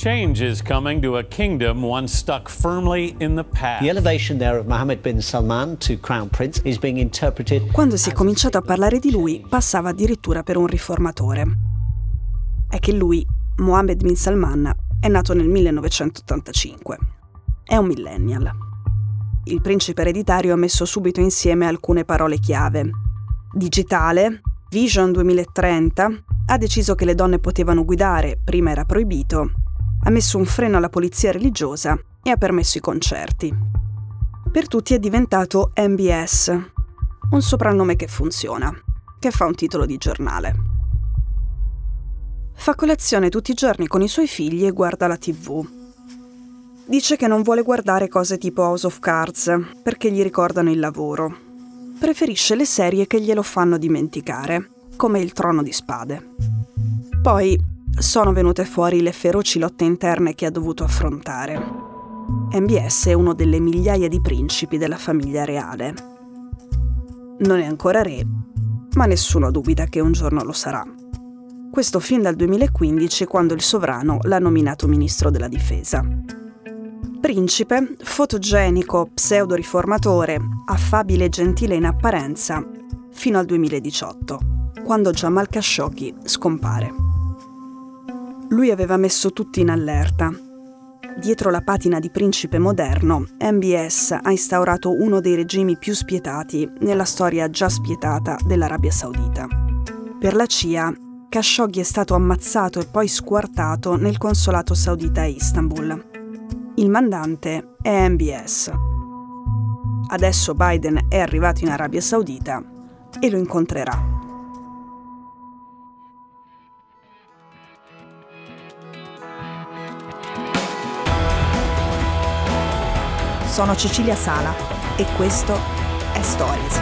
Change is coming to a kingdom once stuck firmly in the past. The elevation there of Mohammed bin Salman to Crown Prince is being interpreted. Quando si è cominciato a parlare di lui, passava addirittura per un riformatore. È che lui, Mohammed bin Salman, è nato nel 1985. È un millennial. Il principe ereditario ha messo subito insieme alcune parole chiave. Digitale, Vision 2030, ha deciso che le donne potevano guidare, prima era proibito, ha messo un freno alla polizia religiosa e ha permesso i concerti. Per tutti è diventato MBS, un soprannome che funziona, che fa un titolo di giornale. Fa colazione tutti i giorni con i suoi figli e guarda la TV. Dice che non vuole guardare cose tipo House of Cards perché gli ricordano il lavoro. Preferisce le serie che glielo fanno dimenticare, come Il Trono di Spade. Poi sono venute fuori le feroci lotte interne che ha dovuto affrontare. MBS è uno delle migliaia di principi della famiglia reale. Non è ancora re, ma nessuno dubita che un giorno lo sarà. Questo fin dal 2015, quando il sovrano l'ha nominato ministro della difesa. Principe, fotogenico, pseudo-riformatore, affabile e gentile in apparenza, fino al 2018, quando Jamal Khashoggi scompare. Lui aveva messo tutti in allerta. Dietro la patina di principe moderno, MBS ha instaurato uno dei regimi più spietati nella storia già spietata dell'Arabia Saudita. Per la CIA, Khashoggi è stato ammazzato e poi squartato nel consolato saudita a Istanbul. Il mandante è MBS. Adesso Biden è arrivato in Arabia Saudita e lo incontrerà. Sono Cecilia Sala e questo è Stories.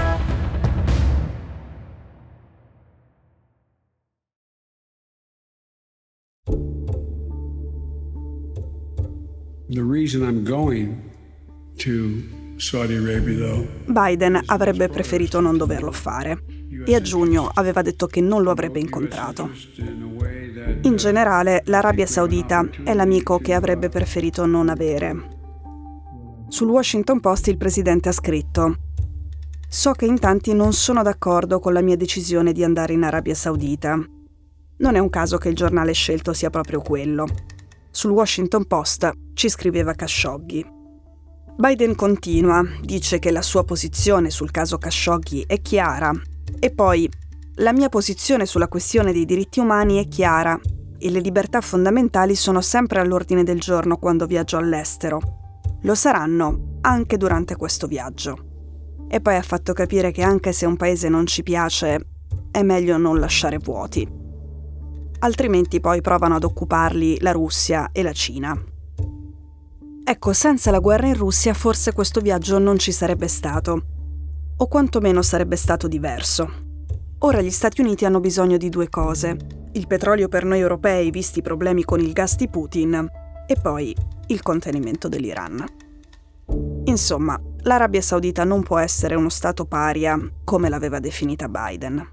The reason I'm going to Saudi Arabia, though, Biden avrebbe preferito non doverlo fare e a giugno aveva detto che non lo avrebbe incontrato. In generale, l'Arabia Saudita è l'amico che avrebbe preferito non avere. Sul Washington Post il presidente ha scritto: «So che in tanti non sono d'accordo con la mia decisione di andare in Arabia Saudita. Non è un caso che il giornale scelto sia proprio quello». Sul Washington Post ci scriveva Khashoggi. Biden continua, dice che la sua posizione sul caso Khashoggi è chiara e poi «La mia posizione sulla questione dei diritti umani è chiara e le libertà fondamentali sono sempre all'ordine del giorno quando viaggio all'estero. Lo saranno anche durante questo viaggio». E poi ha fatto capire che anche se un paese non ci piace, è meglio non lasciare vuoti. Altrimenti poi provano ad occuparli la Russia e la Cina. Ecco, senza la guerra in Russia forse questo viaggio non ci sarebbe stato, o quantomeno sarebbe stato diverso. Ora gli Stati Uniti hanno bisogno di due cose: il petrolio per noi europei, visti i problemi con il gas di Putin, e poi il contenimento dell'Iran. Insomma, l'Arabia Saudita non può essere uno stato paria, come l'aveva definita Biden.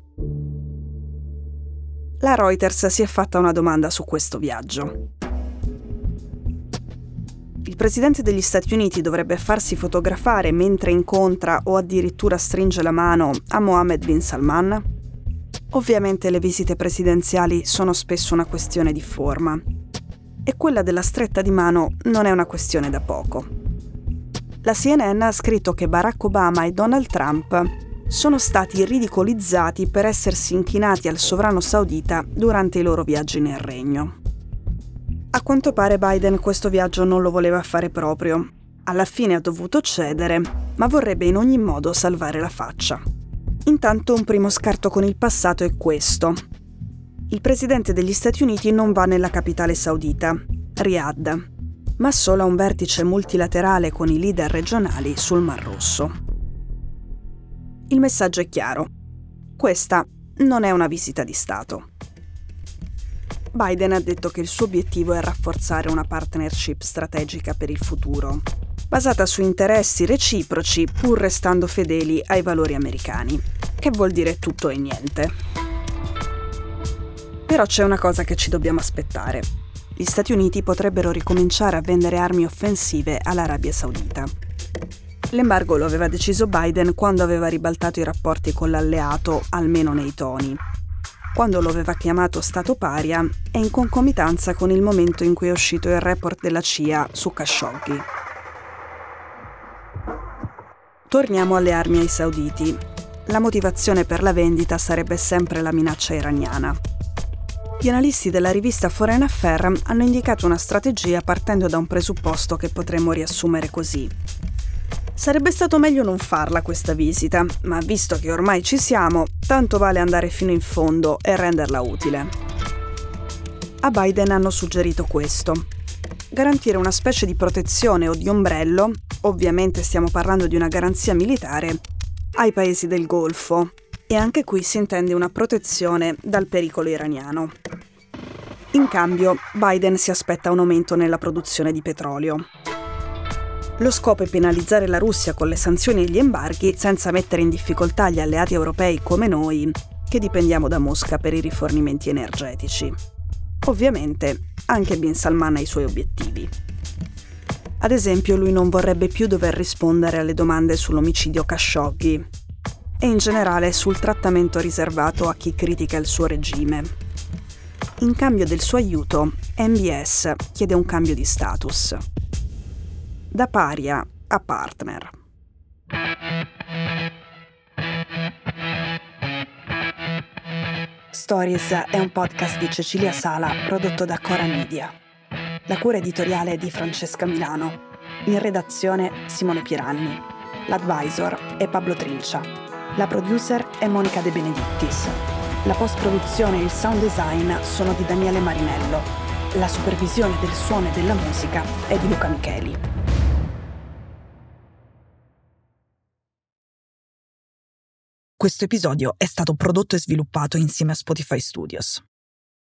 La Reuters si è fatta una domanda su questo viaggio. Il presidente degli Stati Uniti dovrebbe farsi fotografare mentre incontra o addirittura stringe la mano a Mohammed bin Salman? Ovviamente le visite presidenziali sono spesso una questione di forma. E quella della stretta di mano non è una questione da poco. La CNN ha scritto che Barack Obama e Donald Trump sono stati ridicolizzati per essersi inchinati al sovrano saudita durante i loro viaggi nel regno. A quanto pare Biden questo viaggio non lo voleva fare proprio. Alla fine ha dovuto cedere, ma vorrebbe in ogni modo salvare la faccia. Intanto un primo scarto con il passato è questo. Il presidente degli Stati Uniti non va nella capitale saudita, Riyadh, ma solo a un vertice multilaterale con i leader regionali sul Mar Rosso. Il messaggio è chiaro. Questa non è una visita di Stato. Biden ha detto che il suo obiettivo è rafforzare una partnership strategica per il futuro, basata su interessi reciproci pur restando fedeli ai valori americani, che vuol dire tutto e niente. Però c'è una cosa che ci dobbiamo aspettare. gli Stati Uniti potrebbero ricominciare a vendere armi offensive all'Arabia Saudita. L'embargo lo aveva deciso Biden quando aveva ribaltato i rapporti con l'alleato, almeno nei toni. Quando lo aveva chiamato Stato paria e in concomitanza con il momento in cui è uscito il report della CIA su Khashoggi. Torniamo alle armi ai sauditi. La motivazione per la vendita sarebbe sempre la minaccia iraniana. Gli analisti della rivista Foreign Affairs hanno indicato una strategia partendo da un presupposto che potremmo riassumere così. Sarebbe stato meglio non farla questa visita, ma visto che ormai ci siamo, tanto vale andare fino in fondo e renderla utile. A Biden hanno suggerito questo: garantire una specie di protezione o di ombrello, ovviamente stiamo parlando di una garanzia militare, ai paesi del Golfo, e anche qui si intende una protezione dal pericolo iraniano. In cambio, Biden si aspetta un aumento nella produzione di petrolio. Lo scopo è penalizzare la Russia con le sanzioni e gli embarghi senza mettere in difficoltà gli alleati europei come noi, che dipendiamo da Mosca per i rifornimenti energetici. Ovviamente, anche Bin Salman ha i suoi obiettivi. Ad esempio, lui non vorrebbe più dover rispondere alle domande sull'omicidio Khashoggi e in generale sul trattamento riservato a chi critica il suo regime. In cambio del suo aiuto, MBS chiede un cambio di status. Da paria a partner. Stories è un podcast di Cecilia Sala prodotto da Cora Media. La cura editoriale è di Francesca Milano. In redazione Simone Pieranni. L'advisor è Pablo Trincia. La producer è Monica De Benedictis. La post-produzione e il sound design sono di Daniele Marinello. La supervisione del suono e della musica è di Luca Micheli. Questo episodio è stato prodotto e sviluppato insieme a Spotify Studios.